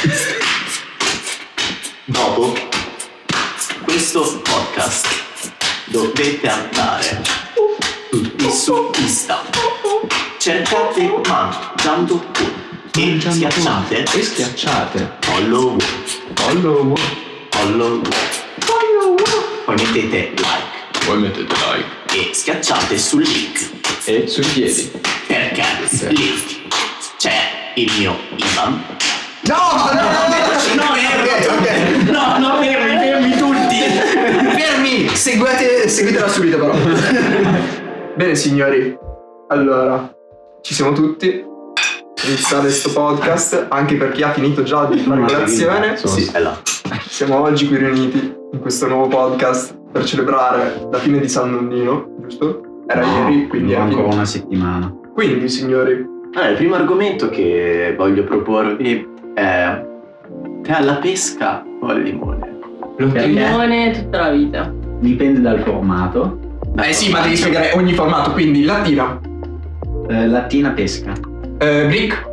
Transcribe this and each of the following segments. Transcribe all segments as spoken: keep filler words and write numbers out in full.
Dopo questo podcast dovete andare tutti su Insta, cercate Mangiando Con e schiacciate e schiacciate follow follow follow follow poi mettete like poi mettete like e schiacciate sul link e sui piedi, perché Sì. lì c'è il mio Ivan. No, no, no, No, ok, ok. no, no, fermi, fermi tutti. Fermi, seguite, seguitela subito però. Bene signori, allora, ci siamo tutti. Iniziare questo podcast, anche per chi ha finito già di fare colazione. Sì, è là. Siamo oggi qui riuniti in questo nuovo podcast per celebrare la fine di San Nonnino, giusto? Era No, ieri, quindi è ancora fine. una settimana. Quindi signori, Allora, il primo argomento che voglio proporvi è tè alla pesca o al limone? Perché? Limone tutta la vita. Dipende dal formato. eh sì, ma devi spiegare ogni formato, quindi lattina, Eh, lattina pesca. eh, brick,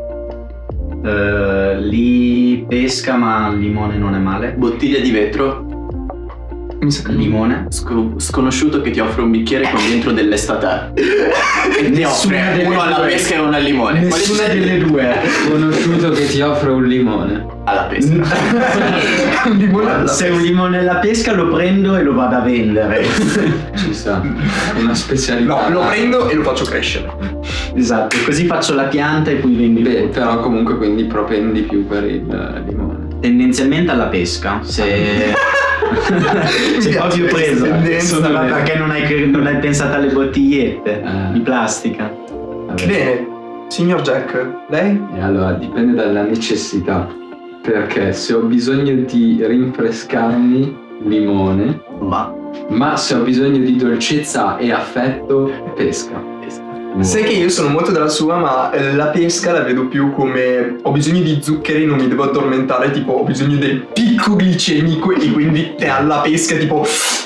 Eh, lì pesca, ma il limone non è male. Bottiglia di vetro, mi sa che Limone. sc- sconosciuto che ti offre un bicchiere con dentro dell'estate e ti Nessuna offre delle uno alla due. pesca e uno al limone. Quali Nessuna scegli? delle due. conosciuto che ti offre un limone. Alla pesca. un limone alla Se è un limone alla pesca lo prendo e lo vado a vendere. Ci sta, una specialità. No, lo prendo e lo faccio crescere. Esatto, così faccio la pianta e poi vendi. Beh, però comunque quindi propendi più per il limone. Tendenzialmente alla pesca. Se sei proprio preso. Tendenza. Solo perché non hai, non hai pensato alle bottigliette Eh. di plastica. Vabbè. Bene, signor Jack, lei? E allora dipende dalla necessità, perché se ho bisogno di rinfrescarmi, limone, Ma ma se ho bisogno di dolcezza e affetto, pesca. Sai che io sono molto della sua, ma eh, la pesca la vedo più come ho bisogno di zuccheri, non mi devo addormentare, tipo ho bisogno del picco glicemico e quindi tè alla pesca, tipo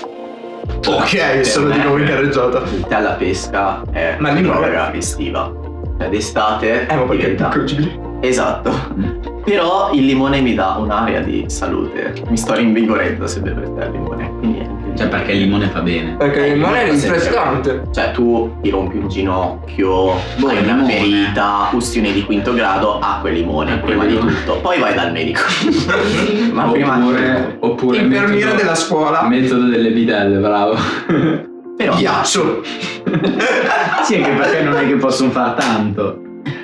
ok, sono di nuovo in carreggiata. il tè alla pesca è Ma una il limone? droga estiva. Cioè d'estate Eh, ma perché è diventa... picco glicemico? Esatto. Però il limone mi dà un'area di salute. Mi sto rinvigorendo se bevo il tè al limone. Quindi Cioè perché il limone fa bene. Perché il limone è fa sempre rinfrescante. bene. Cioè tu ti rompi un ginocchio, Boh, hai il una limone. ferita, ustione di quinto grado, acqua e limone Acqua e prima di limone. tutto. Poi vai dal medico. Ma prima Oppure, oppure Infermiera metodo- della scuola. metodo delle bidelle, bravo. però Ghiaccio. Sì, anche perché non è che possono far tanto.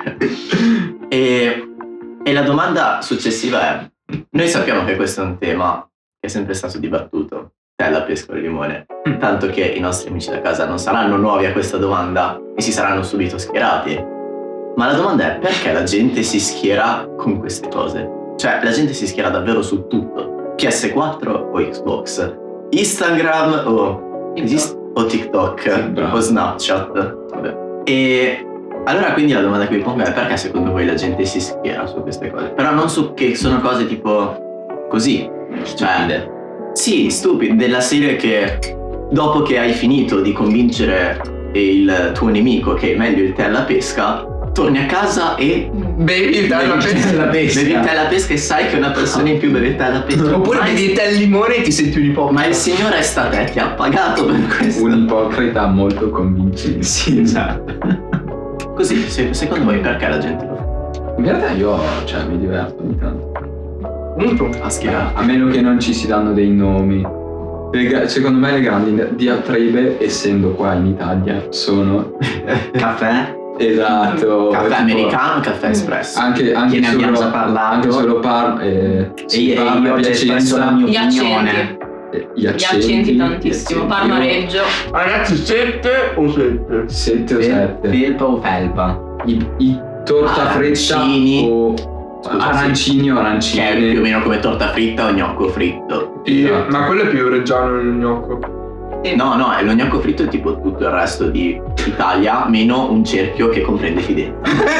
E, e la domanda successiva è: noi sappiamo che questo è un tema che è sempre stato dibattuto, tè alla pesca o il limone, tanto che i nostri amici da casa non saranno nuovi a questa domanda e si saranno subito schierati. Ma la domanda è: perché la gente si schiera con queste cose? Cioè la gente si schiera davvero su tutto, P S quattro o Xbox, Instagram o, esist- o TikTok Sì, bravo. o Snapchat. Vabbè. E allora quindi la domanda che vi pongo è: perché secondo voi la gente si schiera su queste cose? Però non su che sono cose tipo così, cioè sì, stupide, della serie che dopo che hai finito di convincere il tuo nemico che è meglio il tè alla pesca, torni a casa e Bevi il tè alla bevi il tè pesca. alla pesca. Bevi il tè alla pesca e sai che una persona in più beve il tè alla pesca. Oppure Ma il- bevi il tè al limone e ti senti un ipocrita. Ma il signore è stato e ti ha pagato per questo. Un ipocrita molto convincente. Sì, esatto. Così, se- secondo voi perché la gente lo fa? In realtà io, cioè, mi diverto ogni tanto. Punto. A schierare. A meno che non ci si danno dei nomi. Le gra- secondo me le grandi diatribe, essendo qua in Italia, sono Caffè? esatto. Caffè tipo- americano, caffè espresso. Anche, anche Che ne abbiamo solo, già parlato. anche solo par- eh, E sì, io, Parma, e io ho già espresso la Piacenza, mia Gli opinione. accenti. eh, gli Gli accenti, accenti tantissimo. gli Parma accenti. Reggio. Ragazzi, sette o sette? Sette o Fel- sette. Felpa o felpa? I, i torta Arancini. fritta o Scusa, arancini o arancine. Che è più o meno come torta fritta o gnocco fritto. Sì, Esatto. ma quello è più reggiano il gnocco. No, no, è lo gnocco fritto è tipo tutto il resto di Italia, meno un cerchio che comprende Fidenza.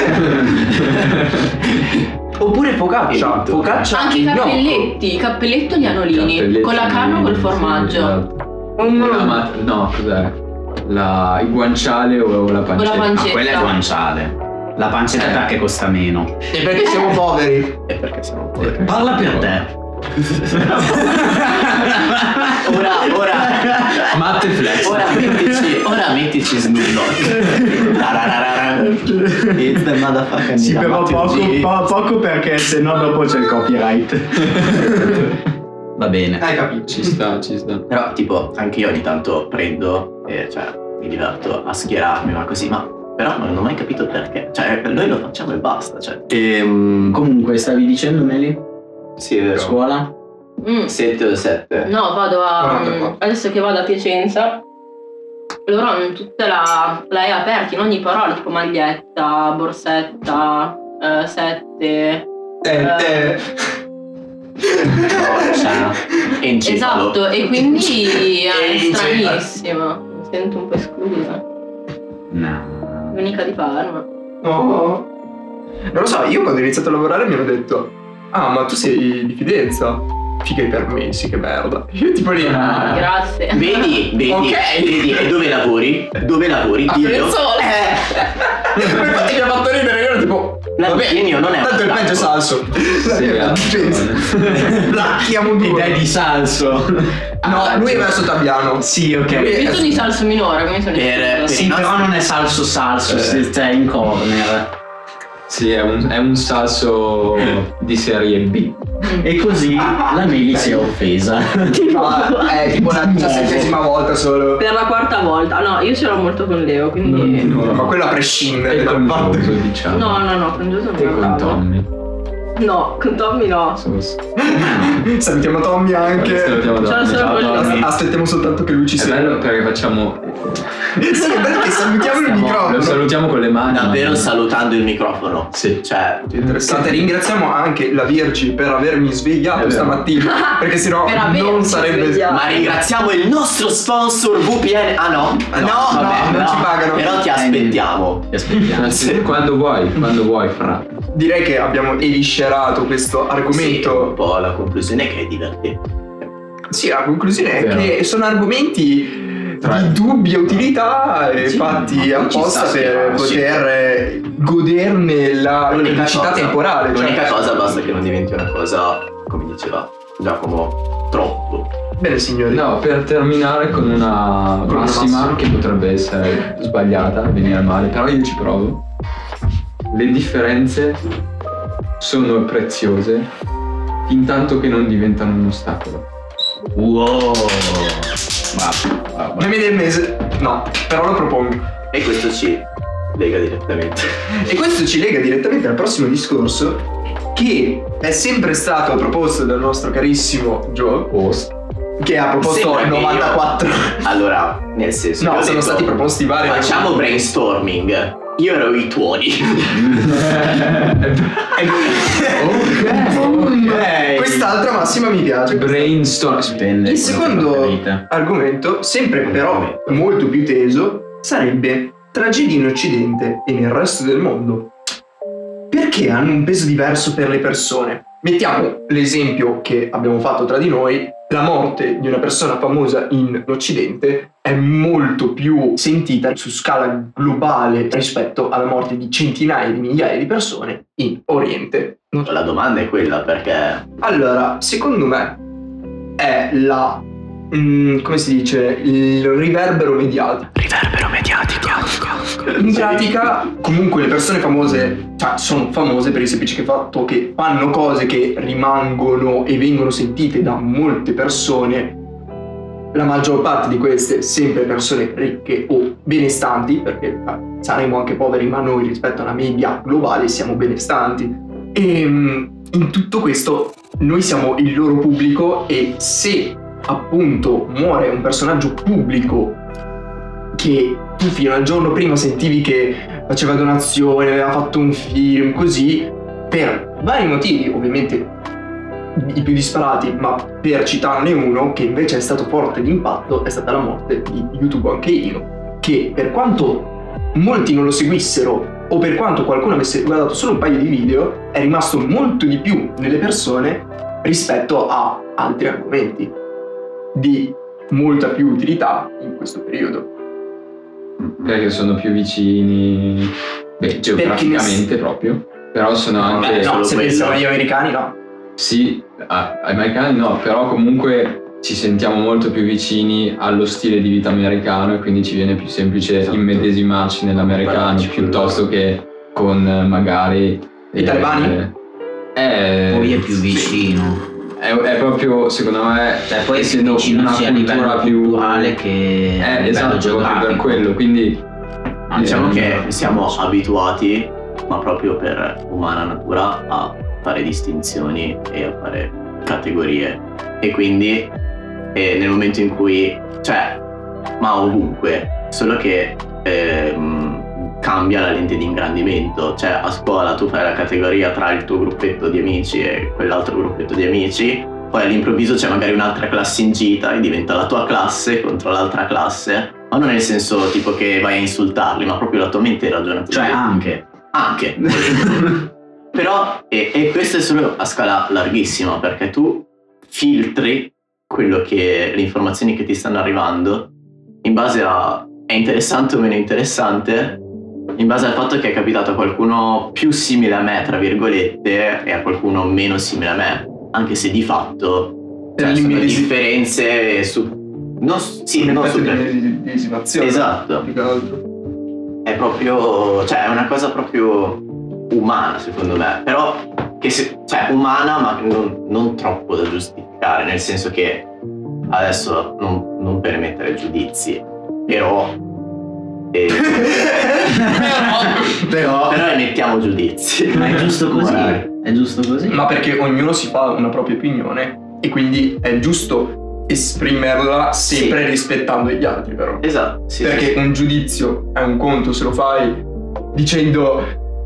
Oppure focaccia. Esatto. Focaccia Anche i e gnocco. cappelletti, cappelletto gli anolini. Cappelletti, Con la carne o col sì, formaggio? esatto. Mm. La mat- no, cos'è? La, il guanciale o la O pancetta? la Ah, pancetta. quella è guanciale. La pancetta Eh. perché costa meno. E perché siamo poveri? E perché siamo un po'. Parla per te. Ora, ora, Matte flex. ora mettici, ora mettici Snoop Dogg. Tarararara. It's the motherfucking Sì, però poco, dramaturgy. po- poco perché sennò dopo c'è il copyright. Va bene. Hai capito? Ci sta, ci sta. Però tipo anche io ogni tanto prendo e cioè mi diverto a schierarmi ma così, ma però non ho mai capito perché. Cioè noi lo facciamo e basta. Cioè. Ehm, Comunque, stavi dicendo, Meli? sì, è vero. Scuola? Mm. sette o sette. No, vado a. quarantaquattro. Adesso che vado a Piacenza, loro hanno tutta la, la E aperta in ogni parola, tipo maglietta, borsetta, eh, sette. Eh, eh. E encefalo. Esatto, e quindi è encefalo. stranissimo. Mi sento un po' esclusa. No. L'unica di Parma. No. Non lo so, io quando ho iniziato a lavorare mi hanno detto: ah, ma tu sei di Fidenza? Figa i permessi, che merda. Io tipo lì. Ah. Grazie. Vedi, vedi, Ok. vedi, e dove lavori? Dove lavori? A Dillo. Firenzuola. Eh. Infatti mi ha fatto ridere, io ero tipo. L'Argenio non è un Tanto il peggio è attacco. salso. Sì, ha ragione. Blacchiamo Ed duro. è di salso. No, lui è verso Tabiano. Sì, ok. Io sono di salso minore, quindi sono Per- esclusa. Sì, però non è salso salso, Eh. sei in corner. Sì, è un, è un salso di serie B. E così la Meli si è offesa. Ah, è tipo la diciassettesima volta solo. Per la quarta volta. No, io ce l'ho molto con Leo, quindi. No, Ma quello a prescindere E dal con fatto. Gioso, diciamo. No, no, no, con Giuseppe E non con parlo. Tommy. No, con Tommy no. Salutiamo Tommy anche. Salutiamo Ciao, Tommy. ciao, Ciao, Tommy. Tommy. As- Aspettiamo soltanto che lui ci È sia. bello perché facciamo. Sì, è bello che salutiamo il Lo microfono. salutiamo con le mani. Davvero salutando il microfono. Sì. Cioè, Interessante, ringraziamo anche la Virgi per avermi È svegliato vero. stamattina, perché sennò Per averci non sarebbe. svegliato. ma ringraziamo il nostro sponsor V P N. Ah no? No, no, vabbè, non ci pagano. Però ti aspettiamo. Ti aspettiamo. Sì, Quando vuoi, quando vuoi, fra. Direi che abbiamo eviscerato questo Sì, un argomento. po' la conclusione che è divertente. Sì, la conclusione è Vero. che sono argomenti Tra- di dubbia utilità e Sì, fatti ma ci apposta sta, per sì. poter eh, goderne la L'unica felicità cosa- temporale. cioè- L'unica cosa basta che non diventi una cosa, come diceva Giacomo, troppo. Bene signori. No, per terminare con una Con una massima massima. che potrebbe essere sbagliata, venire male, però io ci provo. Le differenze sono preziose fin tanto che non diventano un ostacolo. Wow. Wow. Meme del mese. No, però lo propongo. E questo ci lega direttamente. E questo ci lega direttamente al prossimo discorso, che è sempre stato proposto dal nostro carissimo Joe, Post. che ha proposto Sembra il che io- novantaquattro. Allora, nel senso, No, io ho sono detto, stati proposti vari. facciamo brainstorming. Io ero i tuoni. Ok. Quest'altra massima mi piace. Brainstorm. Spende Il quello che secondo preferite. argomento, sempre però molto più teso, sarebbe tragedie in Occidente e nel resto del mondo. Perché hanno un peso diverso per le persone? Mettiamo l'esempio che abbiamo fatto tra di noi: la morte di una persona famosa in Occidente è molto più sentita su scala globale rispetto alla morte di centinaia di migliaia di persone in Oriente. Non so. La domanda è quella perché Allora, secondo me è la, mm, come si dice, il riverbero mediatico. riverbero mediatico. In pratica, comunque le persone famose, cioè sono famose per il semplice fatto che fanno cose che rimangono e vengono sentite da molte persone. La maggior parte di queste sempre persone ricche o benestanti, perché eh, saremo anche poveri, ma noi rispetto alla media globale siamo benestanti. E mm, in tutto questo noi siamo il loro pubblico, e se appunto muore un personaggio pubblico che tu fino al giorno prima sentivi che faceva donazioni, aveva fatto un film, così, per vari motivi, ovviamente i più disparati, ma per citarne uno che invece è stato forte d'impatto, è stata la morte di YouTube Ancheino, che per quanto molti non lo seguissero o per quanto qualcuno avesse guardato solo un paio di video, è rimasto molto di più nelle persone rispetto a altri argomenti di molta più utilità in questo periodo. Perché sono più vicini. Beh, geograficamente proprio, però sono anche... Beh, no, solo se quello. pensiamo agli americani, no. Sì, a- ai americani no, però comunque ci sentiamo molto più vicini allo stile di vita americano e quindi ci viene più semplice Esatto. immedesimarci nell'americano Parlarci piuttosto che con eh, magari... I talebani? Eh, Poi è più vicino. È, è proprio, secondo me, Cioè, poi è più essendo vicino una sia a cultura livello più... culturale che a Eh, livello esatto, proprio geografico. per quello, quindi... No, Diciamo eh, che siamo abituati, ma proprio per umana natura, a fare distinzioni e a fare categorie. E quindi eh, nel momento in cui, cioè, ma ovunque, solo che ehm, cambia la lente di ingrandimento. Cioè a scuola tu fai la categoria tra il tuo gruppetto di amici e quell'altro gruppetto di amici, poi all'improvviso c'è magari un'altra classe in gita e diventa la tua classe contro l'altra classe. Ma non nel senso tipo che vai a insultarli, ma proprio la tua mente ragiona così. Cioè anche. Anche. Però, e, e questo è solo a scala larghissima, perché tu filtri quello che, le informazioni che ti stanno arrivando in base a è interessante o meno interessante, in base al fatto che è capitato a qualcuno più simile a me, tra virgolette, e a qualcuno meno simile a me, anche se di fatto cioè, sono L'immedesi- differenze su... Non, sì, un non effetto super- di medesimazione. Esatto. Più che altro. È proprio, cioè è una cosa proprio umana secondo me, però che se, cioè umana ma non, non troppo da giustificare, nel senso che adesso non, non per mettere giudizi, però eh, però, però emettiamo giudizi. Ma è giusto così. Morali. È giusto così. Ma perché ognuno si fa una propria opinione e quindi è giusto esprimerla sempre Sì. rispettando gli altri, però. Esatto, sì, Perché sì, sì. un giudizio è un conto se lo fai dicendo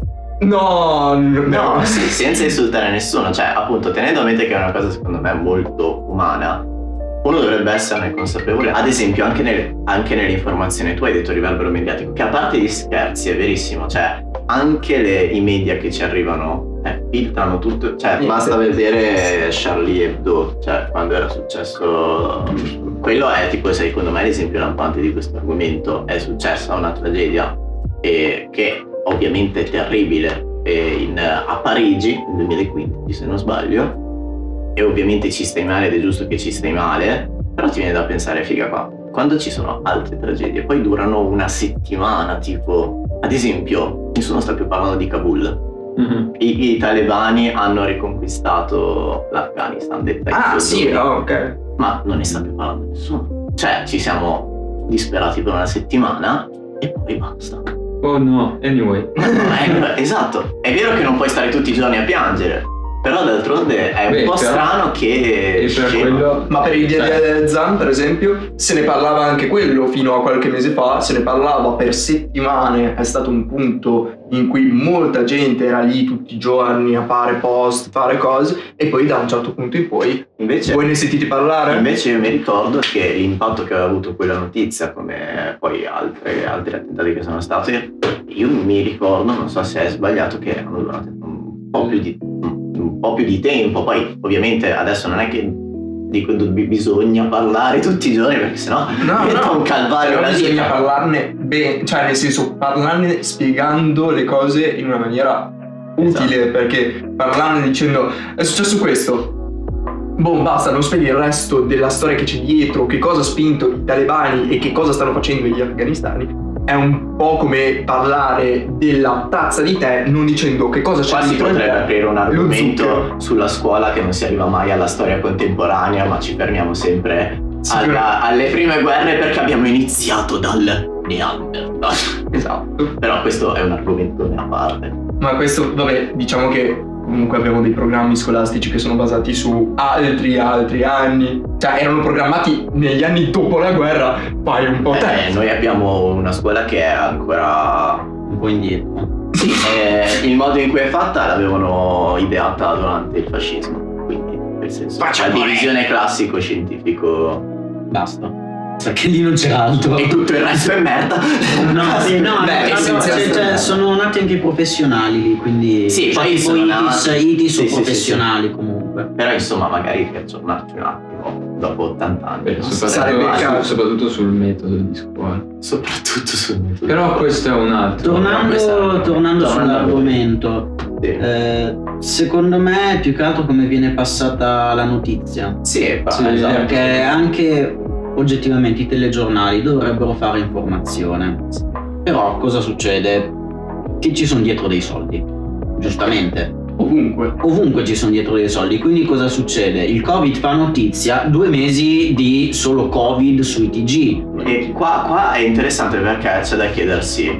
no, no, No, sì, senza insultare nessuno, cioè appunto tenendo a mente che è una cosa secondo me molto umana, uno dovrebbe esserne consapevole, ad esempio anche, nel, anche nell'informazione. Tu hai detto riverbero mediatico, che a parte gli scherzi è verissimo, cioè anche le, i media che ci arrivano eh, filtrano tutto, cioè Niente. basta vedere Charlie Hebdo, cioè quando era successo, quello è tipo secondo me l'esempio lampante di questo argomento. È successa una tragedia e, che ovviamente è terribile e in, a Parigi nel duemilaquindici se non sbaglio, e ovviamente ci stai male ed è giusto che ci stai male, però ti viene da pensare, figa qua, quando ci sono altre tragedie poi durano una settimana, tipo ad esempio nessuno sta più parlando di Kabul. Mhm. I, i talebani hanno riconquistato l'Afghanistan, detta in Ah, soldoni, sì, oh, ok. ma non ne sta più parlando nessuno, cioè ci siamo disperati per una settimana e poi basta. Oh no, anyway. No, è- esatto, è vero che non puoi stare tutti i giorni a piangere, però d'altronde è un Beh, po' però- strano che E per scema. quello... Ma per il cioè, D D L Zan, per esempio, se ne parlava anche quello fino a qualche mese fa, se ne parlava per settimane, è stato un punto in cui molta gente era lì tutti i giorni a fare post, fare cose, e poi da un certo punto in poi Invece, voi ne sentite parlare? invece io mi ricordo che l'impatto che aveva avuto quella notizia, come poi altre, altri attentati che sono stati, io mi ricordo, non so se è sbagliato, che erano durati un po' più di, un po' più di tempo. Poi ovviamente adesso non è che dico bi- bisogna parlare tutti i giorni, perché sennò No, diventa no, un calvario però la bisogna vita. parlarne bene, cioè nel senso parlarne spiegando le cose in una maniera utile, Esatto. perché parlarne dicendo è successo questo, boh, basta, non spieghi il resto della storia che c'è dietro, che cosa ha spinto i talebani e che cosa stanno facendo gli afganistani. È un po' come parlare della tazza di tè non dicendo che cosa c'è Qua si dentro il potrebbe tè, aprire un lo argomento zucchero. sulla scuola, che non si arriva mai alla storia contemporanea, ma ci fermiamo sempre Sì, alla- alle prime guerre perché abbiamo iniziato dal Neanderthal. Esatto. Però questo è un argomento a parte. Ma questo, vabbè, diciamo che comunque abbiamo dei programmi scolastici che sono basati su altri altri anni, cioè erano programmati negli anni dopo la guerra, fai un po' te. Eh, noi abbiamo una scuola che è ancora Un po' indietro. sì, eh, il modo in cui è fatta l'avevano ideata durante il fascismo, quindi nel senso Faccia la pure. divisione classico-scientifico Basta. perché lì non c'era altro. E tutto il resto è merda. No, Sì, no, beh, no, essenzialmente cioè, no. sono nati anche i professionali lì, quindi Sì, cioè, poi tipo sono i nati- I T I sono sì, sì, sì, professionali comunque. Però insomma magari per aggiornarci un attimo dopo ottanta anni. Beh, non so, sarebbe soprattutto, caso. su- soprattutto sul metodo di scuola. soprattutto sul metodo. Però questo è un altro. Tornando, questa- tornando tornando sull'argomento, Sì, eh, secondo me più che altro come viene passata la notizia. sì, però, Sì, esatto. Perché anche oggettivamente i telegiornali dovrebbero fare informazione. Però cosa succede? Che ci sono dietro dei soldi, giustamente. Ovunque. Ovunque ci sono dietro dei soldi, quindi cosa succede? Il Covid fa notizia, due mesi di solo Covid sui T G. E qua, qua è interessante perché c'è da chiedersi: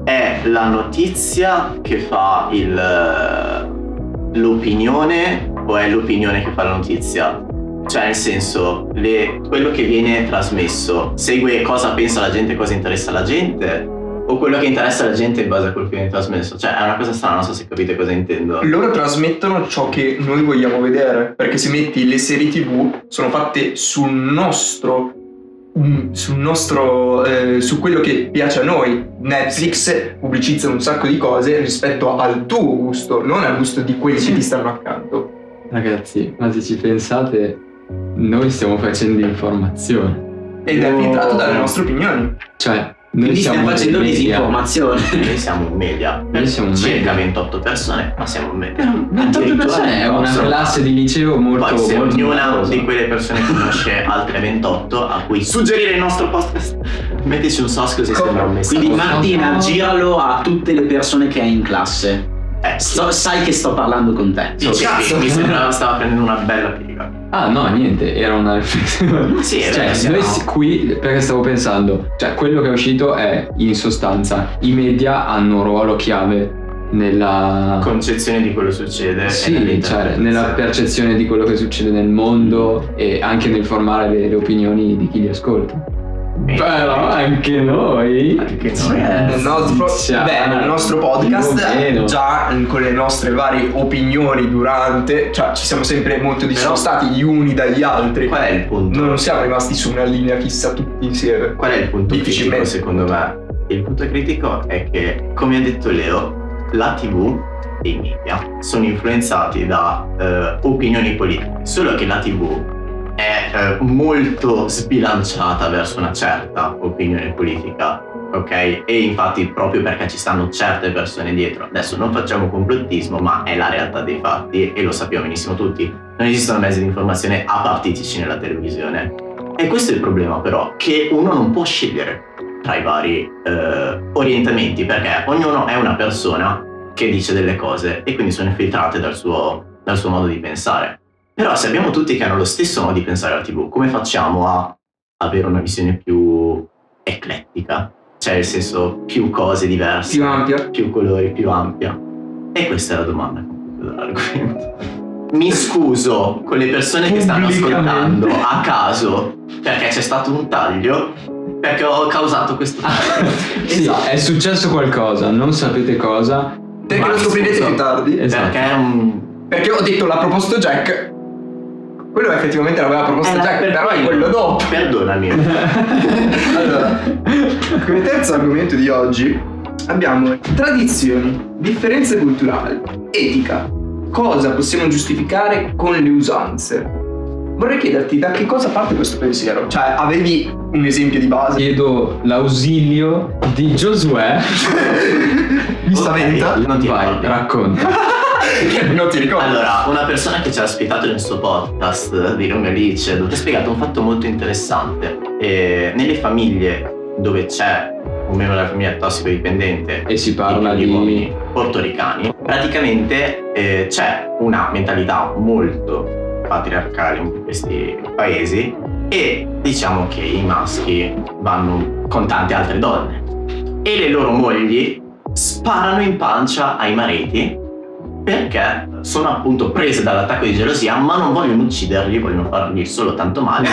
è la notizia che fa il, l'opinione o è l'opinione che fa la notizia? Cioè nel senso, le- quello che viene trasmesso segue cosa pensa la gente, cosa interessa la gente, o quello che interessa la gente in base a quello che viene trasmesso? Cioè è una cosa strana, non so se capite cosa intendo. Loro trasmettono ciò che noi vogliamo vedere, perché se metti le serie tv sono fatte sul nostro mm, sul nostro eh, su quello che piace a noi. Netflix pubblicizza un sacco di cose rispetto al tuo gusto, non al gusto di quelli che ti stanno accanto. Ragazzi, ma se ci pensate, noi stiamo facendo informazione. Ed è filtrato dalle nostre opinioni. Cioè, noi Quindi siamo stiamo facendo dei media. disinformazione. Noi siamo un media, Noi siamo un circa media. ventotto persone, ma siamo un media. ventotto persone è una Addirittura classe di liceo molto Poi se molto ognuna numerosa. di quelle persone conosce altre ventotto a cui suggerire il nostro podcast, mettici un sos così sembra un messaggio. Quindi No, Martina, no. giralo a tutte le persone che hai in classe. Eh, sì. So- sai che sto parlando con te. Sì, sì, cazzo. mi sembrava stava prendendo una bella piega. Ah no, niente, era una riflessione. Sì, è cioè, vero, siamo- noi si- qui, perché stavo pensando, cioè quello che è uscito è, in sostanza, i media hanno un ruolo chiave nella... Concezione di quello succede. e Sì, nell'interpretazione. cioè nella percezione di quello che succede nel mondo e anche nel formare le, le opinioni di chi li ascolta. Però anche noi, Anche noi. cioè, Nel nostro, cioè, beh, nel nostro più podcast, o meno. già con le nostre varie opinioni durante, cioè ci siamo sempre molto Però- distostati gli uni dagli altri. Qual è il punto? Non siamo rimasti su una linea fissa tutti insieme. Qual è il punto critico Difficilmente. secondo me? Il punto critico è che, come ha detto Leo, la tivù e i media sono influenzati da eh, opinioni politiche, solo che la tivù è eh, molto sbilanciata verso una certa opinione politica, ok? E infatti proprio perché ci stanno certe persone dietro, adesso non facciamo complottismo, ma è la realtà dei fatti e lo sappiamo benissimo tutti, non esistono mezzi di informazione apartitici nella televisione. E questo è il problema però, che uno non può scegliere tra i vari eh, orientamenti, perché ognuno è una persona che dice delle cose e quindi sono infiltrate dal suo, dal suo modo di pensare. Però se abbiamo tutti che hanno lo stesso modo di pensare alla tivù, come facciamo a avere una visione più eclettica? Cioè nel senso più cose diverse, Più ampia. più colori, più ampia? E questa è la domanda conclusiva dell'argomento. Mi scuso con le persone che stanno Pubblicamente. ascoltando a caso perché c'è stato un taglio, perché ho causato questo taglio. sì, Esatto. è successo qualcosa, non sapete cosa. Perché Ma lo scoprirete scusa. più tardi? Esatto. Perché è un... Perché ho detto l'ha proposto Jack. Quello effettivamente l'aveva proposto Era Jack, per però è quello. quello dopo. Perdonami. Allora, come terzo argomento di oggi abbiamo tradizioni, differenze culturali, etica. Cosa possiamo giustificare con le usanze? Vorrei chiederti da che cosa parte questo pensiero? Cioè, avevi un esempio di base? Chiedo l'ausilio di Giosuè. Mi spaventa? Ok, non ti Vai, ricordi. racconta. Non ti ricordo. Allora, una persona che ci ha ospitato nel suo podcast di nome Alice ha spiegato un fatto molto interessante. E nelle famiglie dove c'è un membro della famiglia tossicodipendente E si parla di di... uomini portoricani, praticamente eh, c'è una mentalità molto patriarcale in questi paesi e diciamo che i maschi vanno con tante altre donne e le loro mogli sparano in pancia ai mariti perché sono appunto prese dall'attacco di gelosia, ma non vogliono ucciderli, vogliono fargli solo tanto male.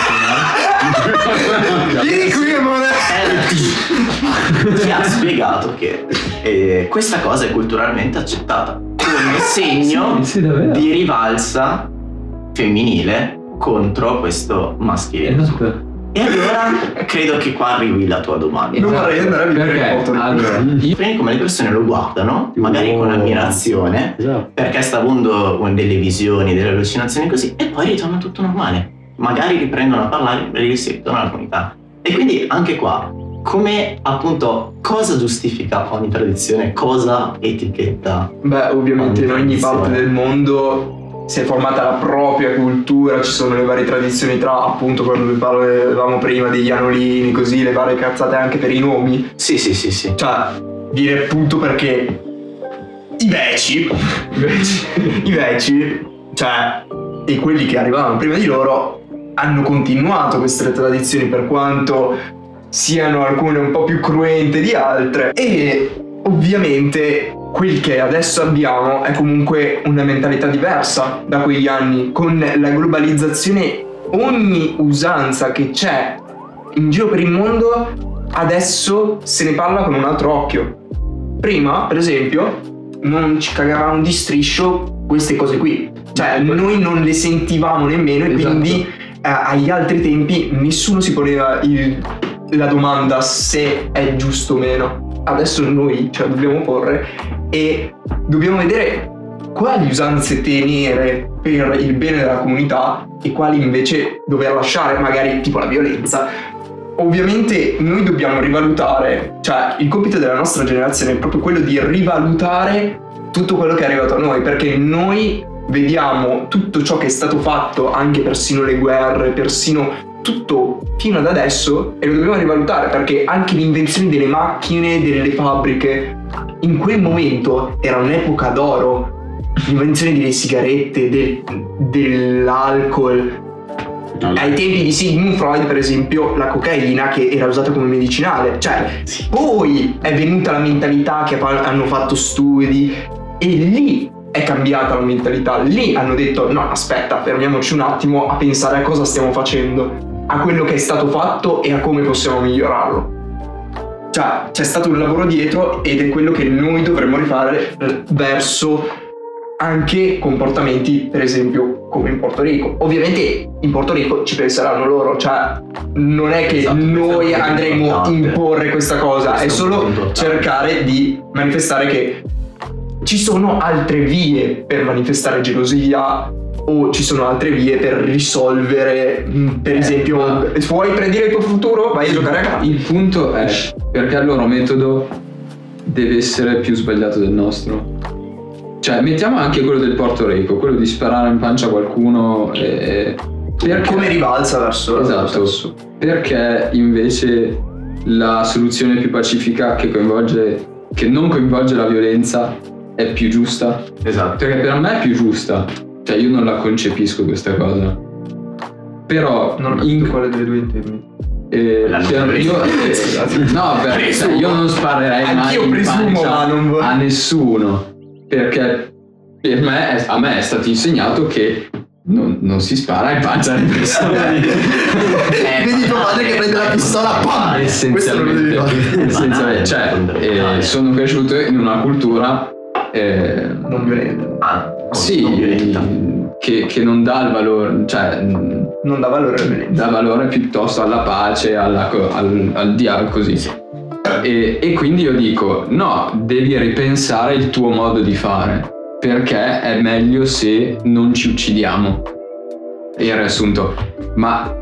Vieni qui, amore! Eh, ci ha spiegato che eh, questa cosa è culturalmente accettata come segno Sì, sì, davvero. di rivalsa femminile contro questo maschile. Esatto. E allora credo che qua arrivi la tua domanda. Non vorrei andare a vivere Perché? in Porto Rico. Allora, Io prendo come le persone lo guardano, magari con ammirazione, Esatto. perché sta avendo delle visioni, delle allucinazioni così, e poi ritorna tutto normale. Magari riprendono a parlare e risentono alla comunità. E quindi anche qua, come appunto, cosa giustifica ogni tradizione, cosa etichetta? Beh, ovviamente in ogni parte del mondo si è formata la propria cultura, ci sono le varie tradizioni tra, appunto, quando vi parlavamo prima degli anolini, così, le varie cazzate anche per i nomi. Sì, sì, sì, sì. Cioè, dire appunto perché i veci, i veci, i veci, cioè, e quelli che arrivavano prima di loro hanno continuato queste tradizioni, per quanto siano alcune un po' più cruente di altre, e ovviamente quel che adesso abbiamo è comunque una mentalità diversa da quegli anni. Con la globalizzazione, ogni usanza che c'è in giro per il mondo adesso se ne parla con un altro occhio. Prima, per esempio, non ci cagavamo di striscio queste cose qui, cioè noi non le sentivamo nemmeno, e Esatto. quindi eh, agli altri tempi nessuno si poneva il, la domanda se è giusto o meno. Adesso noi ce la dobbiamo porre e dobbiamo vedere quali usanze tenere per il bene della comunità e quali invece dover lasciare, magari tipo la violenza. Ovviamente noi dobbiamo rivalutare, cioè il compito della nostra generazione è proprio quello di rivalutare tutto quello che è arrivato a noi, perché noi vediamo tutto ciò che è stato fatto, anche persino le guerre, persino tutto fino ad adesso, e lo dobbiamo rivalutare, perché anche l'invenzione delle macchine, delle fabbriche, in quel momento era un'epoca d'oro. L'invenzione delle sigarette, del, dell'alcol. Ai tempi di Sigmund Freud, per esempio, la cocaina che era usata come medicinale. Cioè, poi è venuta la mentalità, che hanno fatto studi, e lì è cambiata la mentalità. Lì hanno detto: no, aspetta, fermiamoci un attimo a pensare a cosa stiamo facendo, a quello che è stato fatto e a come possiamo migliorarlo. Cioè, c'è stato un lavoro dietro, ed è quello che noi dovremmo rifare verso anche comportamenti, per esempio, come in Porto Rico. Ovviamente in Porto Rico ci penseranno loro, cioè non è che Esatto, noi questo è andremo a importante. imporre questa cosa, Questo è è un solo punto importante. cercare di manifestare che ci sono altre vie per manifestare gelosia, o ci sono altre vie per risolvere, mh, per Eh, esempio, ma- vuoi predire il tuo futuro? Vai a giocare a calcio. il punto è perché il loro metodo deve essere più sbagliato del nostro. Cioè, mettiamo anche quello del Porto Rico, quello di sparare in pancia a qualcuno e... perché... Come ribalza verso Esatto, perché invece la soluzione più pacifica, che coinvolge, che non coinvolge la violenza, è più giusta? Esatto. Perché per me è più giusta, cioè io non la concepisco questa cosa. Però Non ho capito in, quale delle due intendi. eh, La per- non io, eh, no, per, cioè, io non sparerei mai Anch'io in presumo, pancia ma non voglio- a nessuno, perché per me è- a me è stato insegnato che non, non si spara in pancia alle persone. Eh, Vedi tuo padre che prende la pistola, pam! Questo non lo devi Essenzialmente, fare. essenzialmente, cioè, fondamentale. eh, sono cresciuto in una cultura eh, Non violento. Ah, sì, non violenta. che, che non dà il valore, cioè mh, Non dà valore alla violenza. dà valore piuttosto alla pace, alla, co- al, al dialogo, così. E, e quindi io dico, no, devi ripensare il tuo modo di fare, perché è meglio se non ci uccidiamo. E il riassunto, ma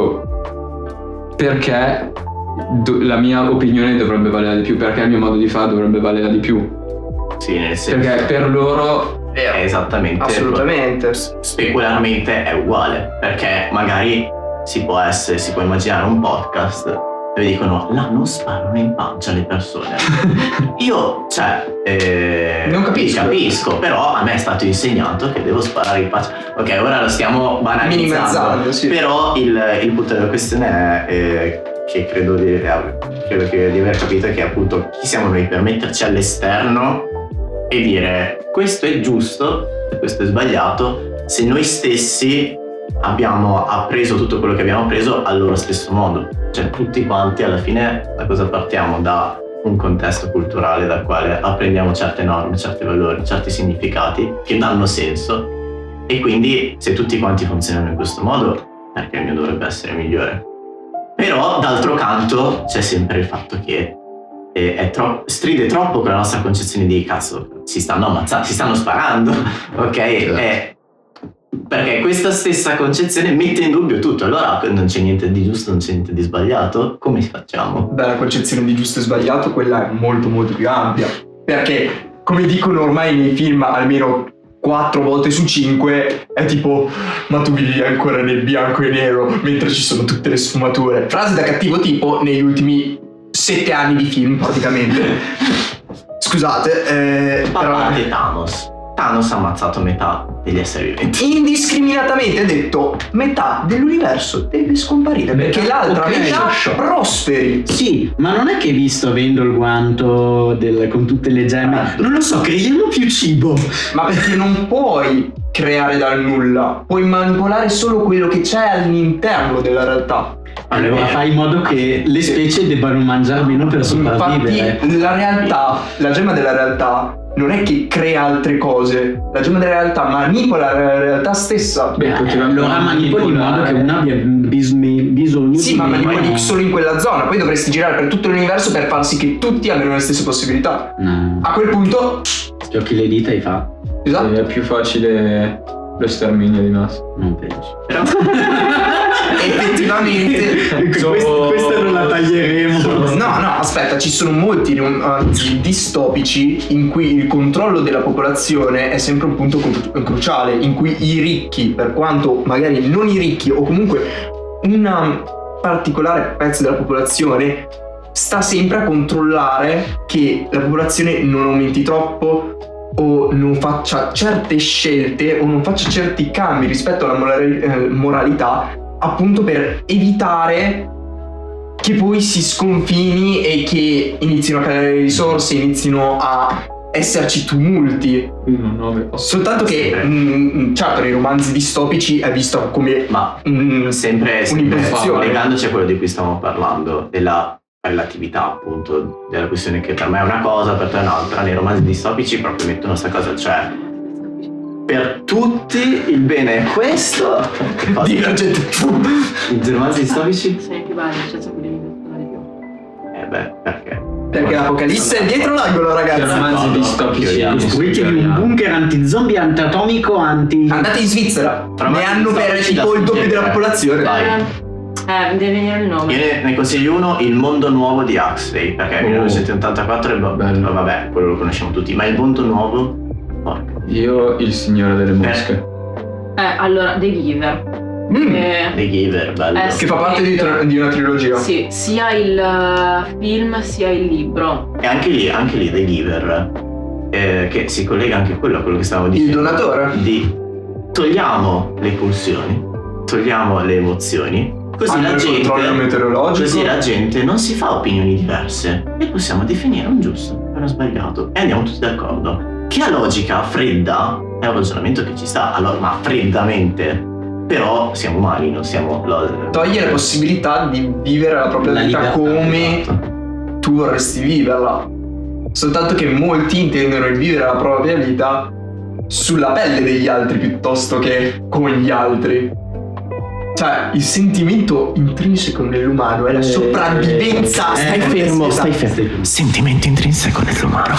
dico, perché do- la mia opinione dovrebbe valere di più, perché il mio modo di fare dovrebbe valere di più, Sì, nel senso. perché per loro è esattamente. Assolutamente. Specularmente è uguale, perché magari si può essere, si può immaginare un podcast dove dicono: là non sparano in pancia le persone. Io, cioè, eh, Non capisco. capisco, però a me è stato insegnato che devo sparare in pancia. Ok, ora lo stiamo banalizzando, Minimizzando, sì. però il, il punto della questione è eh, che credo di, credo che di aver capito è che appunto chi siamo noi per metterci all'esterno e dire questo è giusto e questo è sbagliato, se noi stessi abbiamo appreso tutto quello che abbiamo appreso al loro stesso modo. Cioè tutti quanti alla fine da cosa partiamo? Da un contesto culturale dal quale apprendiamo certe norme, certi valori, certi significati che danno senso, e quindi se tutti quanti funzionano in questo modo, perché il mio dovrebbe essere migliore? Però d'altro canto c'è sempre il fatto che è, è tro- stride troppo con la nostra concezione di cazzo, si stanno ammazzando, si stanno sparando, ok? Esatto. È, perché questa stessa concezione mette in dubbio tutto. Allora non c'è niente di giusto, non c'è niente di sbagliato, come facciamo? Beh, la concezione di giusto e sbagliato, quella è molto molto più ampia, perché come dicono ormai nei film almeno quattro volte su cinque, è tipo ma tu vivi ancora nel bianco e nero mentre ci sono tutte le sfumature. Frase da cattivo tipo negli ultimi sette anni di film praticamente. Scusate, eh, A però parte Thanos. Thanos ha ammazzato metà degli esseri viventi. indiscriminatamente ha detto metà dell'universo deve scomparire perché l'altra ok, metà sciocco. prosperi. Sì, ma non è che visto avendo il guanto del- con tutte le gemme, non lo so, creiamo più cibo. Ma perché non puoi creare dal nulla, puoi manipolare solo quello che c'è all'interno della realtà. Allora fai in modo che le specie debbano mangiare meno per sopravvivere. Infatti la realtà, la gemma della realtà non è che crea altre cose, la gemma della realtà manipola la realtà stessa. Beh, Eh, poteva allora manipoli in modo che uno abbia bismi- bisogno Sì, di ma meno- manipoli solo in quella zona, poi dovresti girare per tutto l'universo per far sì che tutti abbiano le stesse possibilità. No, A quel punto, giochi le dita e fa. esatto. È più facile lo sterminio di massa. Non penso. Però Effettivamente Questa non la taglieremo. No, no, aspetta, ci sono molti romanzi distopici in cui il controllo della popolazione è sempre un punto cru- cruciale, in cui i ricchi, per quanto magari non i ricchi o comunque un particolare pezzo della popolazione, sta sempre a controllare che la popolazione non aumenti troppo o non faccia certe scelte o non faccia certi cambi rispetto alla morali- eh, moralità, appunto per evitare che poi si sconfini e che inizino a cadere le risorse, inizino a esserci tumulti. uno, nove, otto. Soltanto che mh, certo nei romanzi distopici è visto come ma mh, sempre, sempre un'imposizione. legandoci a quello di cui stiamo parlando, della relatività, appunto, della questione che per me è una cosa, per te è un'altra. Nei romanzi distopici proprio mettono questa cosa, cioè per tutti il bene è questo. Divergente. I romanzi distopici? Sei più bello, c'è quelli di più. Eh beh, perché? Perché l'apocalisse è dietro l'angolo, ragazzi. C'è romanzi no, distopici. no, Costruitevi un bunker anti-zombie, anti-atomico, anti... Andate in Svizzera, Romanzi ne hanno per distopici da tipo il doppio suggerire. della popolazione. Dai. Eh, deve venire il nome. Io ne, ne consiglio uno, Il mondo nuovo di Huxley, perché Oh. millenovecentottantaquattro è ba- Bello. vabbè, quello lo conosciamo tutti, ma il mondo nuovo, porca. Io il signore delle mosche. Eh, allora, The Giver. Mm, Eh, The Giver, bello. Eh, Che fa parte di, tra- di una trilogia. sì, sia il eh, film sia il libro. E anche lì, anche lì The Giver, eh, che si collega anche a quello, a quello che stavamo Il dicendo. donatore. Di togliamo le pulsioni, togliamo le emozioni, così Hanno la il controllo gente, meteorologico. così la gente non si fa opinioni diverse e possiamo definire un giusto e uno sbagliato e andiamo tutti d'accordo. Che a logica fredda è un ragionamento che ci sta, allora, ma freddamente. Però siamo umani, non siamo... lo- Toglie la possibilità di vivere la propria La vita libertà, come Esatto. tu vorresti viverla. Soltanto che molti intendono il vivere la propria vita sulla pelle degli altri piuttosto che con gli altri. Cioè, il sentimento intrinseco nell'umano è la Eh, sopravvivenza. eh, Stai eh, fermo, sì, stai sì, fermo. sì. Sentimento intrinseco nell'umano.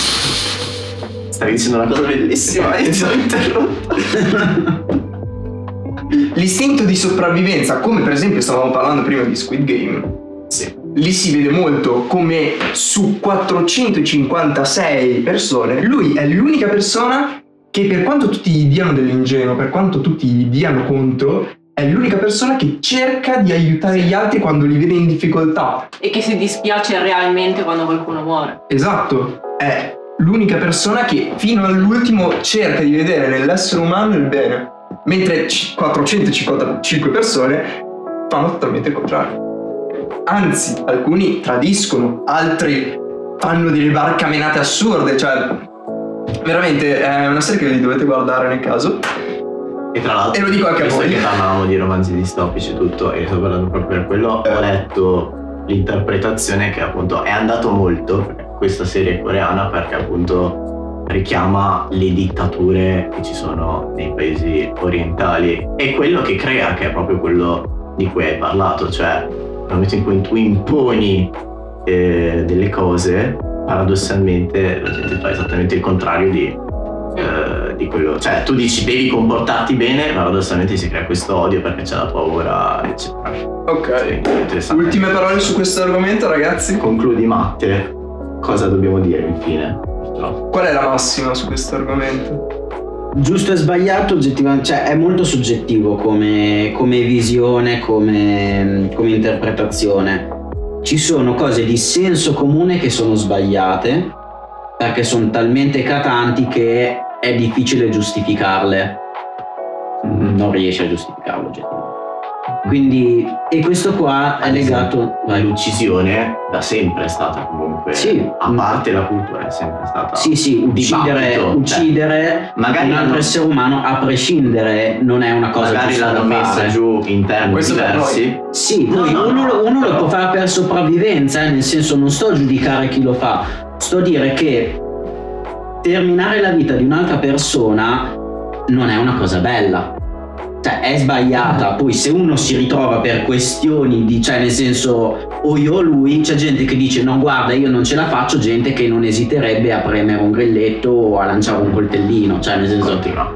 Stavi dicendo una cosa bellissima e ti ho interrotto. L'istinto di sopravvivenza, come per esempio stavamo parlando prima di Squid Game, Sì. lì si vede molto come su quattrocentocinquantasei persone lui è l'unica persona che, per quanto tutti gli diano dell'ingenuo, per quanto tutti gli diano conto, è l'unica persona che cerca di aiutare gli altri quando li vede in difficoltà. E che si dispiace realmente quando qualcuno muore. Esatto, è l'unica persona che fino all'ultimo cerca di vedere nell'essere umano il bene, mentre c- quattrocentocinquantacinque persone fanno totalmente il contrario. Anzi, alcuni tradiscono, altri fanno delle barcamenate assurde, cioè veramente è una serie che vi dovete guardare nel caso. E tra l'altro, E lo dico anche a visto voi. che parlavamo di romanzi distopici e tutto, e sto parlando proprio per quello, ho letto l'interpretazione che appunto è andato molto, perché questa serie coreana, perché appunto richiama le dittature che ci sono nei paesi orientali e quello che crea, che è proprio quello di cui hai parlato, cioè nel momento in cui tu imponi eh, delle cose, paradossalmente la gente fa esattamente il contrario di, eh, di quello. Cioè tu dici devi comportarti bene, paradossalmente si crea questo odio perché c'è la paura, eccetera. Ok. Sì, interessante. Ultime parole su questo argomento, ragazzi? Concludi, Matte. Cosa dobbiamo dire infine? No. Qual è la massima su questo argomento? Giusto e sbagliato oggettivamente, cioè è molto soggettivo come, come visione, come, come interpretazione. Ci sono cose di senso comune che sono sbagliate perché sono talmente eclatanti che è difficile giustificarle. Non riesci a giustificarlo oggettivamente. Quindi, e questo qua è legato. Vai. L'uccisione da sempre è stata comunque, Sì. a parte la cultura, è sempre stata. Sì, sì, uccidere, dibattito, uccidere cioè, magari un altro l'hanno- essere umano a prescindere non è una cosa magari giusta l'hanno da messa fare. giù in termini Questo per diversi. Sì, No, poi no, uno, no, lo- uno però- lo può fare per sopravvivenza, eh, nel senso non sto a giudicare chi lo fa, sto a dire che terminare la vita di un'altra persona non è una cosa bella. Cioè è sbagliata, poi se uno si ritrova per questioni di, cioè nel senso o io o lui, c'è gente che dice no guarda io non ce la faccio, gente che non esiterebbe a premere un grilletto o a lanciare un coltellino, cioè nel senso Continua.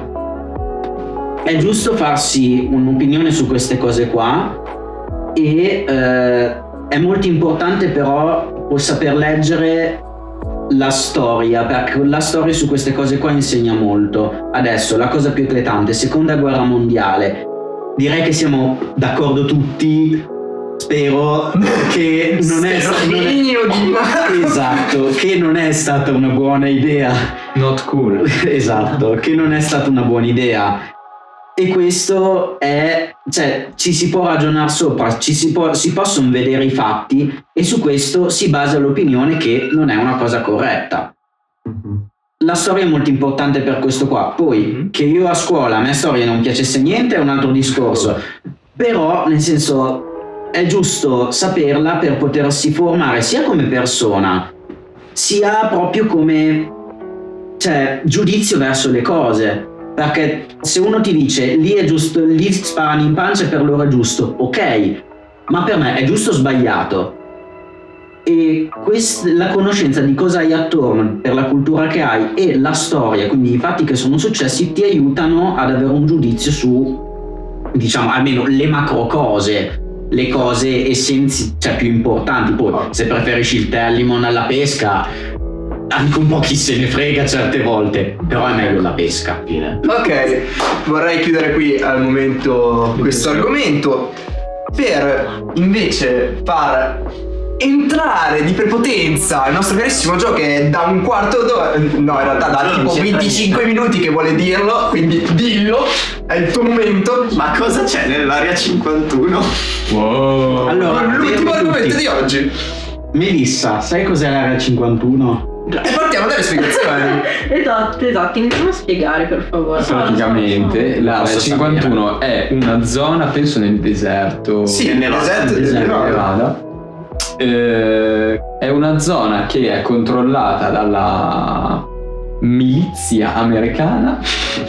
Certo. è giusto farsi un'opinione su queste cose qua e eh, è molto importante però saper leggere la storia, perché la storia su queste cose qua insegna molto. Adesso la cosa più eclatante, seconda guerra mondiale, direi che siamo d'accordo tutti, spero, che non è, non è esatto, che non è stata una buona idea. Not cool. Esatto, che non è stata una buona idea. E questo è, cioè, ci si può ragionare sopra, ci si, può, si possono vedere i fatti e su questo si basa l'opinione che non è una cosa corretta. La storia è molto importante per questo qua. Poi, che io a scuola a me storia non piacesse niente è un altro discorso. Però, nel senso, è giusto saperla per potersi formare sia come persona, sia proprio come, cioè, giudizio verso le cose. Perché se uno ti dice lì è giusto, lì sparano in pancia e per loro è giusto, ok, ma per me è giusto o sbagliato? E quest- la conoscenza di cosa hai attorno, per la cultura che hai e la storia, quindi i fatti che sono successi, ti aiutano ad avere un giudizio su, diciamo, almeno le macro cose, le cose essenziali, cioè più importanti. Poi se preferisci il tè al limone alla pesca, anche un po' chi se ne frega certe volte, però è meglio la pesca. Fine. Ok, vorrei chiudere qui al momento questo argomento per invece far entrare di prepotenza il nostro carissimo Gio, che è da un quarto d'ora, no in realtà da tipo venticinque minuti che vuole dirlo, quindi dillo, è il tuo momento. Ma cosa c'è nell'area cinquantuno? Wow. Allora, L'ultimo fermi argomento tutti. di oggi. Melissa, sai cos'è l'area cinquantuno? E partiamo dalle spiegazioni. Esatto, esatto, iniziamo a spiegare per favore. Praticamente l'area Posso cinquantuno è una zona, penso nel deserto. Sì, Nel nel Nevada. deserto del Deserto. Nevada. Nevada. Eh, è una zona che è controllata dalla milizia americana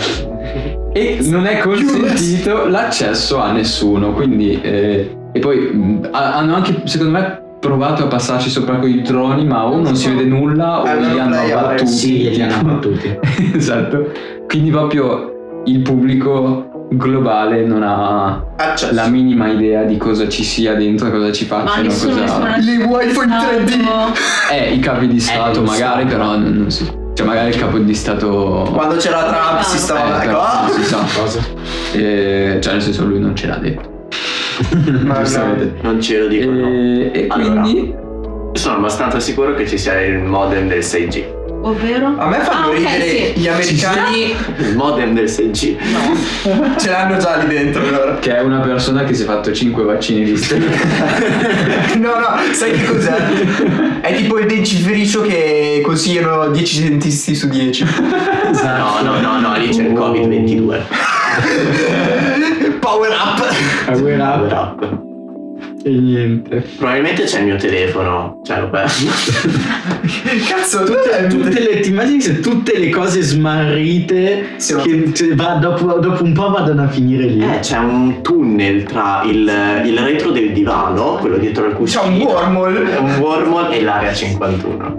e non è consentito l'accesso a nessuno, quindi eh, e poi mh, ha- hanno anche secondo me provato a passarci sopra con i droni, ma o non si vede nulla o Eh, non li hanno play, abbattuti. Sì, li hanno abbattuti. Esatto, quindi proprio il pubblico globale non ha Accesso. la minima idea di cosa ci sia dentro, cosa ci Ma facciano, nessuno, cosa... nessuno Le wifi in tre D. Eh, i capi di Stato Eh, magari, lo so. però non, non si... Cioè magari il capo di Stato... Quando c'era Trump si stava Eh, ecco, ah! non si sa. Cosa? Eh, cioè nel senso lui non ce l'ha detto. Ma no. Giustamente. Non ce lo dico, no. E, e Allora. quindi... Io sono abbastanza sicuro che ci sia il modem del sei G. Ovvero? A me fanno Ah, ok, ridere sì. gli americani, Il modem del sei G. No. ce l'hanno già lì dentro loro. Che è una persona che si è fatto cinque vaccini di stella. No, no, sai che cos'è? È tipo il dentifricio che consigliano dieci dentisti su dieci. No, no, no, no, lì c'è il covid ventidue. Power up. Power up. Power up. E niente. Probabilmente c'è il mio telefono, cioè l'ho perso. Cazzo, Tutte, tutte le, ti immagini se tutte le cose smarrite Sì, ma- che che va- dopo, dopo un po' vadano a finire lì. Eh, c'è un tunnel tra il, il retro del divano, quello dietro al C'è cuscino. un wormhole. un wormhole e l'area cinquantuno.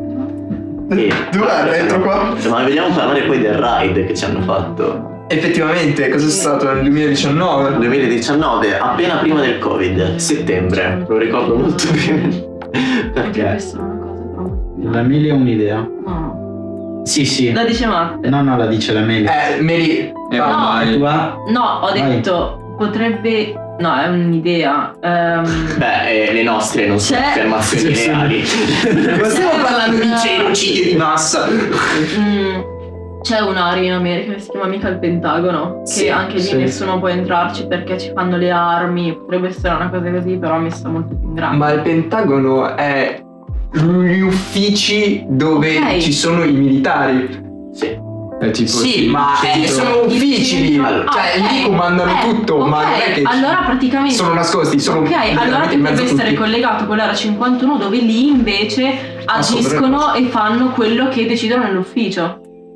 E- Dov'è il retro qua? Ma vogliamo parlare poi del ride che ci hanno fatto. Effettivamente, cosa è stato nel duemiladiciannove? duemiladiciannove, appena prima del Covid, settembre, lo ricordo molto bene. Perché? Questa è una cosa però. La Meli ha un'idea. No. Sì, sì. La dice Matte. No, no, la dice la Meli. Eh, Meli. E No. ormai Tu ha- No, ho Vai. detto potrebbe. No, è un'idea. Ehm, Beh, eh, le nostre non sono C'è- affermazioni Sì, sì. reali. Ma stiamo parlando di un- genocidio di massa. mm, c'è un'area in America che si chiama mica il Pentagono. Che Sì, anche lì sì. nessuno può entrarci perché ci fanno le armi. Potrebbe essere una cosa così, però messa molto più in grande. Ma il Pentagono è gli uffici dove Ok. ci sono i militari. Sì. è tipo Sì, il ma eh, centro- sono uffici lì. Ah, Cioè, ok. lì comandano Eh, tutto. ok, Ma non è che allora praticamente sono nascosti, sono ok, allora letteralmente in mezzo potrebbe a essere tutti. collegato con l'area cinquantuno dove lì invece agiscono e fanno quello che decidono nell'ufficio.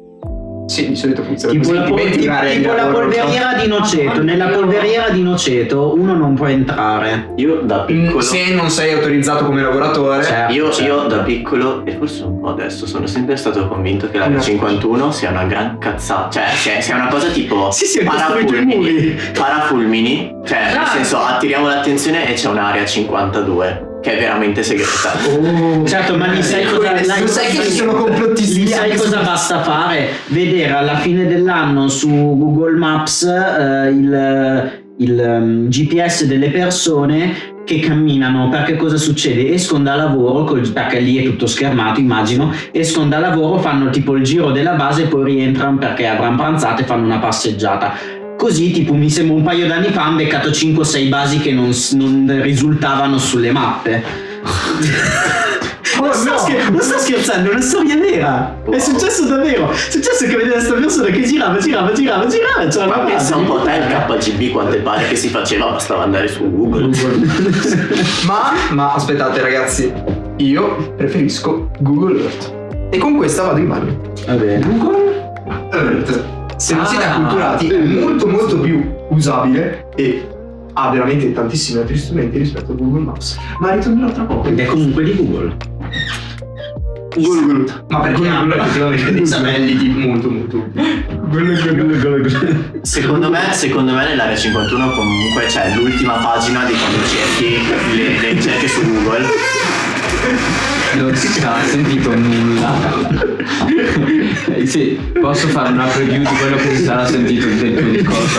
Sì, di solito funziona Tipo, così. la, pol- Diventi tipo- un'area di tipo la lavoro. polveriera di Noceto. Nella polveriera di Noceto uno non può entrare. Io da Mm, piccolo. Se non sei autorizzato come lavoratore. Certo, Io, certo. io da piccolo, e forse un po' adesso, sono sempre stato convinto che l'area No. cinquantuno sia una gran cazzata. Cioè, sia, sia una cosa tipo Sì, sì, ha costruito i parafulmini. muri. Parafulmini. Cioè, nel Ah. senso, attiriamo l'attenzione e c'è un'area cinquantadue che è veramente segreta. Certo, ma lì sai cosa, Lo là- sai che ci sono lì complottisti. sai cosa basta fare? Vedere alla fine dell'anno su Google Maps eh, il, il um, G P S delle persone che camminano, perché cosa succede? Escono da lavoro, col- perché lì è tutto schermato immagino, escono da lavoro, fanno tipo il giro della base e poi rientrano perché avranno pranzato e fanno una passeggiata. Così tipo mi sembra un paio d'anni fa hanno beccato cinque o sei basi che non, s- non risultavano sulle mappe. Non sto, scher- non sto scherzando, è una storia vera. È successo davvero. È successo che vedeva questa persona che girava, girava, girava, girava e c'era Ma una pensa base. un po' te il K G B quante pare che si faceva, bastava andare su Google. Ma, ma aspettate ragazzi, io preferisco Google Earth. E con questa vado in bagno. Va bene. Google Earth, se non siete Ah. acculturati, è molto molto più usabile e ha veramente tantissimi altri strumenti rispetto a Google Maps. Ma ritornerò tra poco. Ed è comunque di Google. Google. Ma perché hanno effettivamente dei satelliti molto molto Secondo me, secondo me nell'area cinquantuno comunque c'è l'ultima pagina di quando cerchi le, le ricerche su Google. non si ha sentito nulla. Eh, sì, posso fare una preview di quello che si sarà sentito del tuo discorso.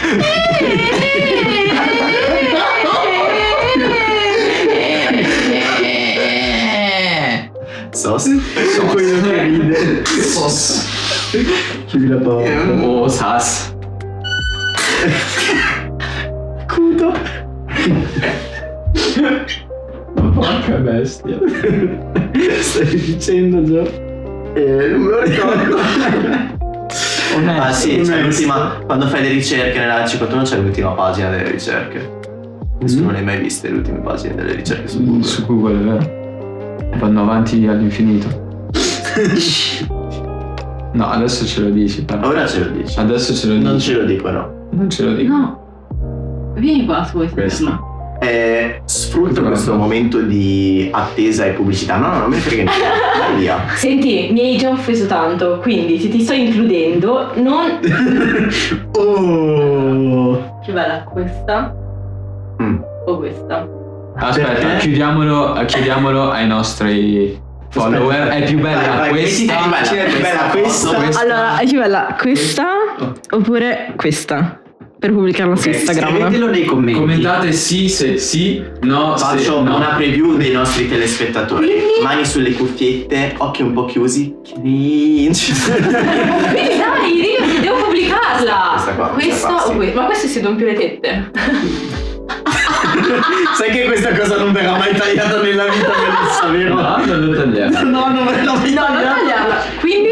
Sos. Quello che ride. Sos. Chiudi la porta. Oh, sas. Cuto. Porca bestia. Stai dicendo già? Eh, non me lo ricordo. Ah sì, c'è onesto. l'ultima. Quando fai le ricerche nell'area cinquantuno c'è l'ultima pagina delle ricerche. Nessuno Mm. le ha mai viste le ultime pagine delle ricerche su Google. Su Google, è vero. Vanno avanti all'infinito. No, adesso ce lo dici però. Ora ce lo dici. Adesso ce lo dici. Non ce lo dicono. Non ce lo dico. No. Vieni qua se vuoi Questo. sentirlo. Eh, sfrutto Tutto questo bello. momento di attesa e pubblicità. No, no, non me ne frega niente. Vai via. Senti, mi hai già offeso tanto, quindi se ti sto includendo, non... Oh. Che bella, questa Mm. o questa? Aspetta, Perché? chiudiamolo, chiudiamolo ai nostri follower. È più bella Vai, vai, questa. mettiti più bella. Sì, è più bella questa. Questa. Allora, è più bella questa oppure questa? Per pubblicarla su Instagram. Scrivetelo nei commenti. Commentate sì se sì, no se Faccio no. una preview dei nostri telespettatori. Mani sulle cuffiette, occhi un po' chiusi. Cringe. Quindi dai, io devo pubblicarla! Questa qua, Questa questa qua, o sì. questa? Ma queste si sono più le tette. Sai che questa cosa non verrà mai tagliata nella vita, Melissa, vero? No, non lo tagliamo. No, non verrà mai No, non tagliarla. Quindi...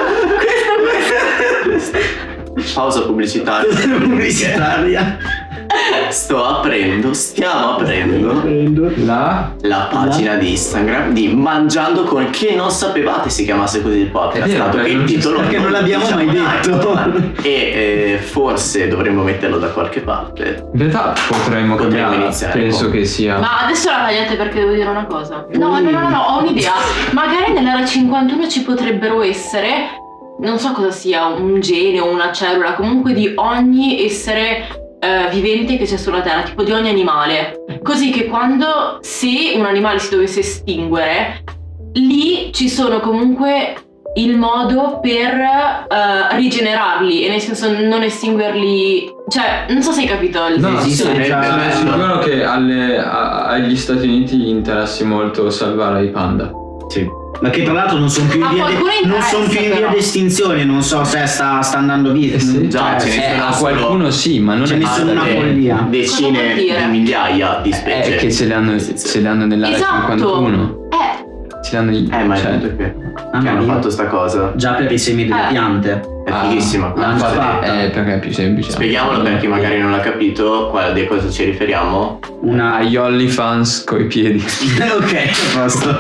Pausa pubblicitaria. pubblicitaria. sto aprendo, stiamo aprendo La la pagina di Instagram di Mangiando con, che non sapevate si chiamasse così il podcast, È vero, dato che perché il non ci titolo perché non l'abbiamo diciamo mai mai. detto. E eh, forse dovremmo metterlo da qualche parte. in realtà potremmo Potremmo cambiare. iniziare Penso con- che sia. Ma adesso la tagliate perché devo dire una cosa. No, no, no, no, no, ho un'idea. Magari nell'era cinquantuno ci potrebbero essere, non so cosa sia, un gene o una cellula, comunque di ogni essere eh, vivente che c'è sulla Terra, tipo di ogni animale. Così che quando, se un animale si dovesse estinguere, lì ci sono comunque il modo per eh, rigenerarli, e nel senso non estinguerli. Cioè, non so se hai capito il No, Esiste sì, sarebbe già- sono bello. sicuro che alle- a- agli Stati Uniti gli interessi molto salvare i panda. Sì. Ma che tra l'altro non sono più in A via, qualcuno de- non son più in interessa, via però. d'estinzione, non so se sta, sta andando via. Eh sì, già, Cioè, ce ne Eh, sono a solo- qualcuno sì, ma non ce è ne tanta sono una gente. follia. Decine Cosa vuol dire? di migliaia di specie. È che se le hanno, se le hanno nell'area Esatto. cinquantuno. Eh, Se le hanno Eh, ma è cioè, tutto che, Ah, che no, hanno io- fatto sta cosa. Già per i semi delle Eh. piante. È ah, fighissima. l'hanno Infatti, fatta. Eh, perché è più semplice. Spieghiamolo per chi magari non l'ha capito, qual- di cosa ci riferiamo. Una Agli OnlyFans coi piedi. ok, a posto.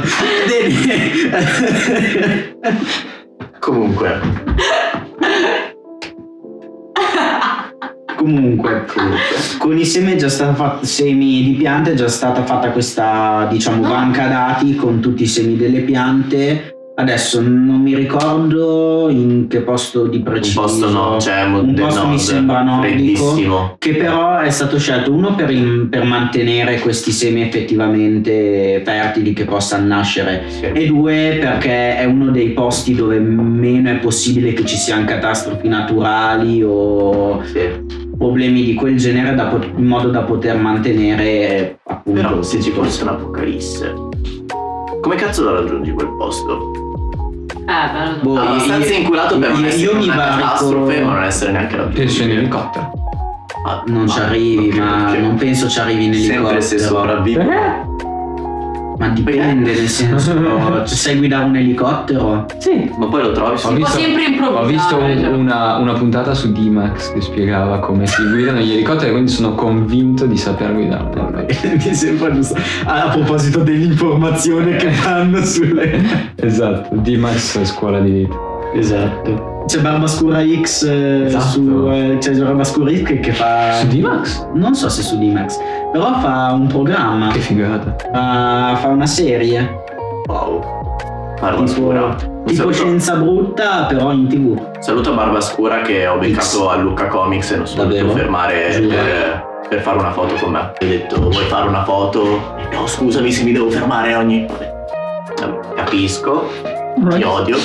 Comunque, Comunque, con i semi è già stata fatta, semi di piante è già stata fatta questa, diciamo, banca dati con tutti i semi delle piante. Adesso non mi ricordo in che posto di un preciso. posto no, cioè un del posto nord, mi sembra nordico, freddissimo. che però è stato scelto uno per, il- per mantenere questi semi effettivamente fertili che possano nascere, Sì. e due perché è uno dei posti dove meno è possibile che ci siano catastrofi naturali o Sì. problemi di quel genere, da pot- in modo da poter mantenere appunto. Però se ci fosse un'apocalisse, come cazzo lo raggiungi quel posto? eh, bello. Boh, Abbastanza io- inculato per non io- essere io mi una varico- catastrofe, ma non essere neanche raggiungibile. Penso in elicottero. Ah, non ci ah, arrivi, ok, ma ok. non penso ci arrivi in elicottero. Sempre se sopravvivi. Ma dipende, nel senso, sai guidare un elicottero? Sì, ma poi lo trovi Ho su. Si può visto- sempre improvvisare. Ho visto un- cioè. una, una puntata su D-Max che spiegava come si guidano gli elicotteri, quindi sono convinto di saper guidare. Mi sembra giusto. A proposito dell'informazione che fanno sulle. Esatto, D-Max scuola di vita. Esatto. C'è Barbascura X eh, Esatto. su. eh, c'è Barbascura X che, che fa. Su D-Max? Non so se su D-Max, però fa un programma, Che figata. fa, fa una serie. Wow. Barba Tipo, Scura. Un tipo saluto- Scienza Brutta, però in tv. Saluto a Barba Scura che ho beccato X. a Lucca Comics e non sono Davvero? potuto fermare Giuro. per, per fare una foto con me. Ho detto, vuoi fare una foto? No, scusami se mi devo fermare ogni... Vabbè. Vabbè, capisco, ti odio.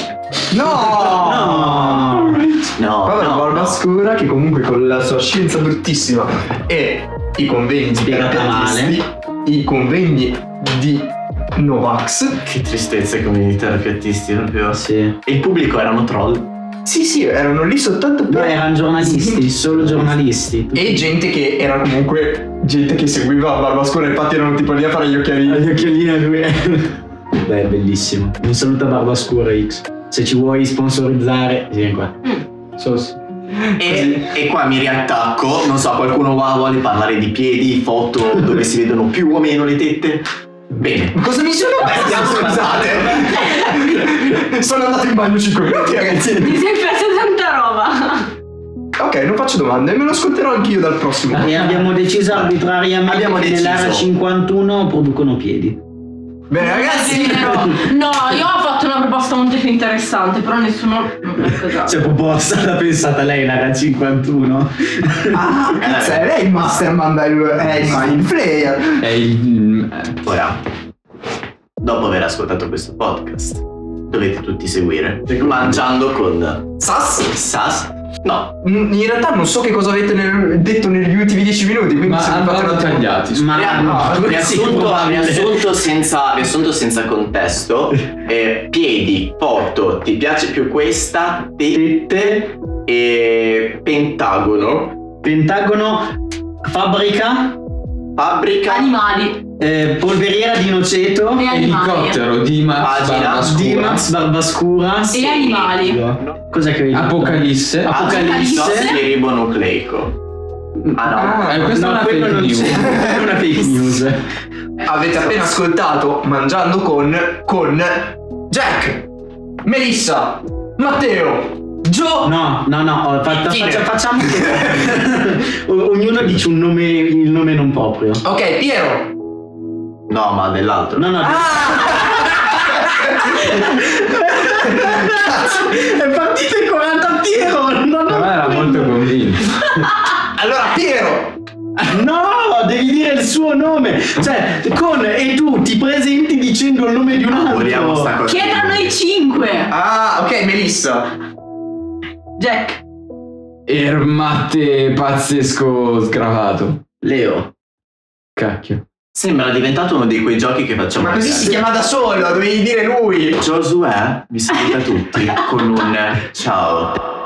No! No, Vabbè, no, Barba no. Scura che comunque con la sua scienza bruttissima e i convegni di Spiegata terapisti, i convegni di Novax. Che tristezza i community terapiattisti proprio. Sì. E il pubblico erano troll. Sì, sì, erano lì soltanto No, per... erano giornalisti, solo giornalisti. E gente che era comunque gente che seguiva Barba Scura, infatti erano tipo lì a fare gli occhialini. Gli occhialini a lui. Beh, bellissimo. Un saluto a Barbascura X. Se ci vuoi sponsorizzare, vieni qua. Sos. E, e qua mi riattacco, non so, qualcuno qua vuole parlare di piedi, foto dove si vedono più o meno le tette? Bene. Ma cosa mi sono perso? Scusate. Sono andato in bagno cinque minuti, ragazzi. Ti sei perso tanta roba. Ok, non faccio domande, me lo ascolterò anch'io dal prossimo. E abbiamo deciso arbitrariamente Abbiamo che deciso. nell'area cinquantuno producono piedi. Bene, ragazzi. Vero. No, io ho fatto una proposta molto più interessante, però nessuno. Esatto. C'è proposta, l'ha pensata lei l'area cinquantuno? Ah, cazzo, è lei il mastermind, è il, è il mind player. È il. eh, Ora, dopo aver ascoltato questo podcast, dovete tutti seguire Mangiando con Sas? Sas. No, Mm, In realtà non so che cosa avete nel- detto negli ultimi dieci minuti, quindi se Ma mi fate un andranno attimo- tagliati. scusa. Ma Ria- no, sì, riassunto, probabile. riassunto, senza, riassunto senza contesto. Eh, piedi, foto, ti piace più questa? Tette e pentagono. Pentagono, fabbrica, Fabbrica. Animali eh, polveriera di noceto, e animali. Elicottero, D-Max, Pagina, Barbascura. D-Max, Barbascura. E animali. Cos'è che avevi detto? Apocalisse. Apocalisse. Acido ribonucleico. Ah no, Eh, questa No, è una quello fake non news. c'è, è una fake news. Avete appena ascoltato Mangiando con con Jack, Melissa, Matteo, Gio. No, no, no, oh, fa- Fine. faccia- facciamo che O- ognuno dice un nome, il nome non proprio. Ok, Piero. no, ma dell'altro. No, no. È partito il quaranta Piero. No, Ma no, era molto convinto. Allora, Piero. no, devi dire il suo nome. Cioè, con e tu ti presenti dicendo il nome di un altro. Vogliamo sta cosa. Chi è tra noi cinque? Ah, ok, Melissa. Jack. Ermatte pazzesco sgravato. Leo. Cacchio. Sembra diventato uno di quei giochi che facciamo. Ma così magari. si chiama da solo, dovevi dire lui. Giosuè vi saluta tutti con un ciao.